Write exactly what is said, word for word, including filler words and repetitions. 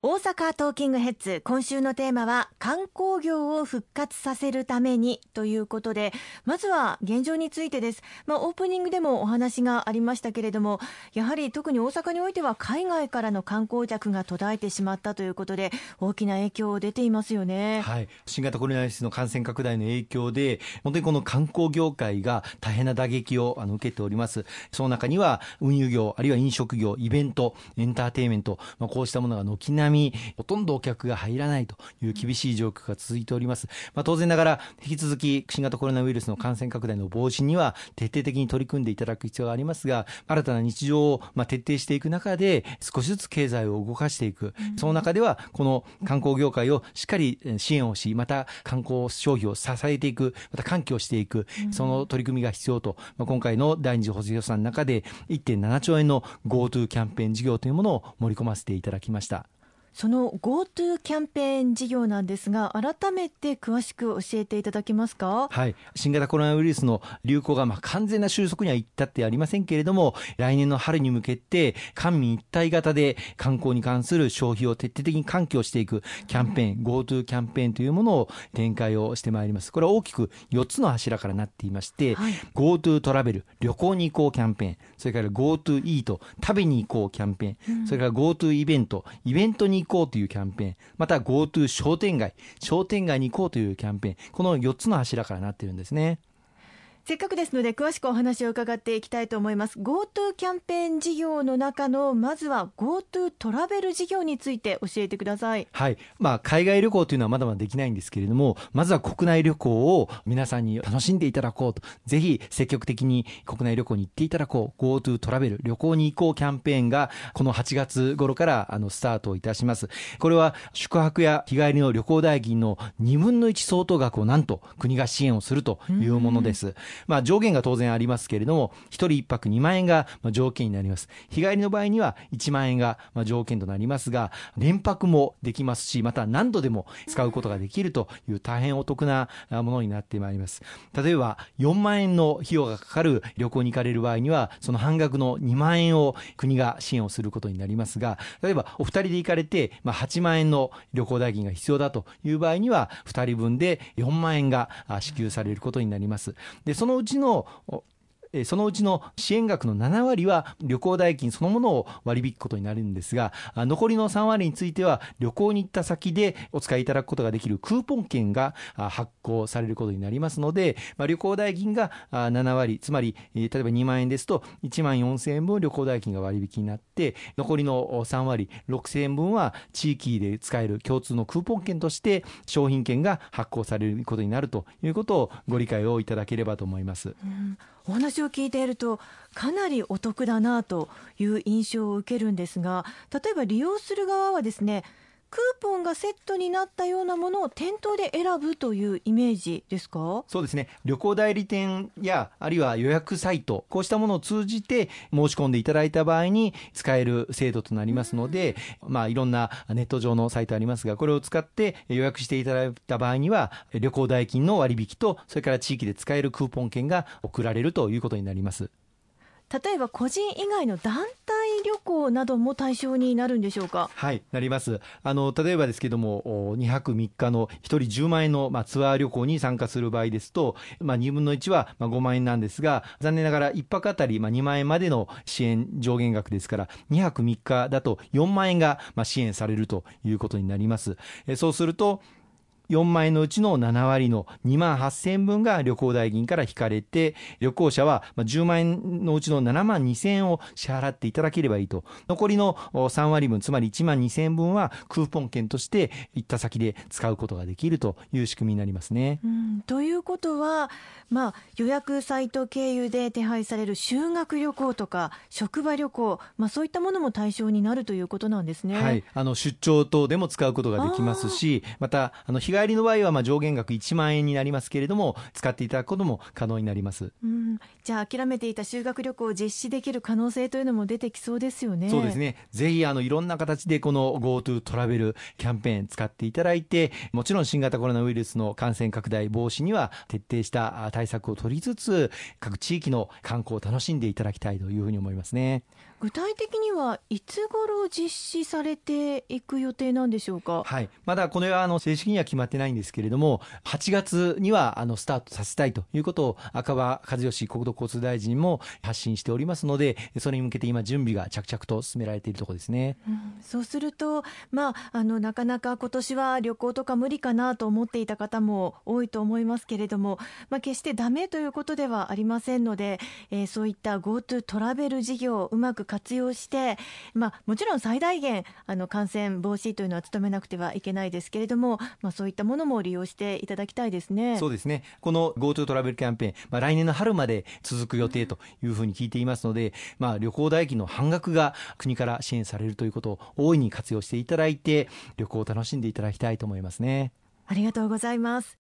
大阪トーキングヘッズ、今週のテーマは観光業を復活させるためにということで、まずは現状についてです。まあ、オープニングでもお話がありましたけれども、やはり特に大阪においては海外からの観光客が途絶えてしまったということで、大きな影響出ていますよね。 はい、新型コロナウイルスの感染拡大の影響で本当にこの観光業界が大変な打撃をあの受けております。その中には運輸業、あるいは飲食業、イベント、エンターテインメント、まあ、こうしたものが軒並みほとんどお客が入らないという厳しい状況が続いております。まあ、当然ながら引き続き新型コロナウイルスの感染拡大の防止には徹底的に取り組んでいただく必要がありますが、新たな日常をまあ徹底していく中で少しずつ経済を動かしていく、うん、その中ではこの観光業界をしっかり支援をし、また観光消費を支えていく、また喚起をしていく、その取り組みが必要と、まあ、今回の第二次補正予算の中で いってんななちょうえんの GoTo キャンペーン事業というものを盛り込ませていただきました。 その GoTo キャンペーン事業なんですが、改めて詳しく教えていただけますか。 はい、新型コロナウイルスの流行がまあ完全な収束には至ってありませんけれども、来年の春に向けて官民一体型で観光に関する消費を徹底的に喚起をしていくキャンペーン、GoTo キャンペーンというものを展開をしてまいります。これは大きくよっつの柱からなっていまして、はい、GoTo トラベル、旅行に行こうキャンペーン、それから GoTo イート、食べに行こうキャンペーン、うん、それから GoTo イベント、イベントに行こうというキャンペーン、また GoTo 商店街、商店街に行こうというキャンペーン、このよっつの柱からなっているんですね。 せっかくですので詳しくお話を伺っていきたいと思います。 GoTo キャンペーン事業の中のまずは GoTo トラベル事業について教えてください。 はい、まあ、海外旅行というのはまだまだできないんですけれども、まずは国内旅行を皆さんに楽しんでいただこうと、ぜひ積極的に国内旅行に行っていただこう、 GoTo トラベル、旅行に行こうキャンペーンがこのはちがつ頃からあのスタートいたします。これは宿泊や日帰りの旅行代金のにぶんのいち相当額をなんと国が支援をするというものです。まあ、上限が当然ありますけれども、ひとりいっぱくにまんえんが条件になります。日帰りの場合にはいちまんえんが条件となりますが、連泊もできますし、また何度でも使うことができるという大変お得なものになってまいります。例えばよんまんえんの費用がかかる旅行に行かれる場合には、その半額のにまんえんを国が支援をすることになりますが、例えばお二人で行かれて、まあ、はちまんえんの旅行代金が必要だという場合にはふたりぶんでよんまんえんが支給されることになります。でそのうちのそのうちの支援額のななわりは旅行代金そのものを割り引くことになるんですが、残りのさんわりについては旅行に行った先でお使いいただくことができるクーポン券が発行されることになりますので、まあ、旅行代金がななわり、つまり例えばにまんえんですといちまんよんせんえんぶん旅行代金が割引になって、残りのさんわりろくせんえんぶんは地域で使える共通のクーポン券として商品券が発行されることになるということをご理解をいただければと思います。 うん、お話を聞いているとかなりお得だなという印象を受けるんですが、例えば利用する側はですね、クーポンがセットになったようなものを店頭で選ぶというイメージですか。 そうですね、旅行代理店やあるいは予約サイト、こうしたものを通じて申し込んでいただいた場合に使える制度となりますので、まあ、いろんなネット上のサイトありますが、これを使って予約していただいた場合には旅行代金の割引と、それから地域で使えるクーポン券が送られるということになります。 例えば個人以外の団体旅行なども対象になるんでしょうか。 はい、なります。あの例えばですけども、にはくみっかのひとりじゅうまんえんの、まあ、ツアー旅行に参加する場合ですと、まあ、にぶんのいちはまあごまんえんなんですが、残念ながらいっぱくあたりまあにまんえんまでの支援上限額ですから、にはくみっかだとよんまんえんがまあ支援されるということになります。えそうするとよんまんえんのうちのななわりのにまんはっせんえんぶんが旅行代金から引かれて、旅行者はじゅうまんえんのうちのななまんにせんえんを支払っていただければいいと、残りのさんわりぶん、つまりいちまんにせんえんぶんはクーポン券として行った先で使うことができるという仕組みになりますね。 うん、ということは、まあ、予約サイト経由で手配される修学旅行とか職場旅行、まあ、そういったものも対象になるということなんですね。 はい、あの出張等でも使うことができますし、またあの日帰りの場合はまあ上限額いちまんえんになりますけれども、使っていただくことも可能になります。 うん、じゃあ諦めていた修学旅行を実施できる可能性というのも出てきそうですよね。 そうですね、ぜひあのいろんな形でこの GoTo トラベルキャンペーン使っていただいて、もちろん新型コロナウイルスの感染拡大防止には徹底した対策を取りつつ、各地域の観光を楽しんでいただきたいというふうに思いますね。 具体的にはいつ頃実施されていく予定なんでしょうか。 はい、まだこれはあの正式には決まってないんですけれども、はちがつにはあのスタートさせたいということを赤羽和義国土交通大臣も発信しておりますので、それに向けて今準備が着々と進められているところですね。 うん、そうすると、まあ、あのなかなか今年は旅行とか無理かなと思っていた方も多いと思いますけれども、まあ、決してダメということではありませんので、えー、そういった GoTo トラベル事業をうまく活用して、まあ、もちろん最大限あの感染防止というのは努めなくてはいけないですけれども、まあ、そういったものも利用していただきたいですね。 そうですね。この GoTo トラベルキャンペーン、まあ、来年の春まで続く予定というふうに聞いていますので、まあ、旅行代金の半額が国から支援されるということを大いに活用していただいて、旅行を楽しんでいただきたいと思いますね。 ありがとうございます。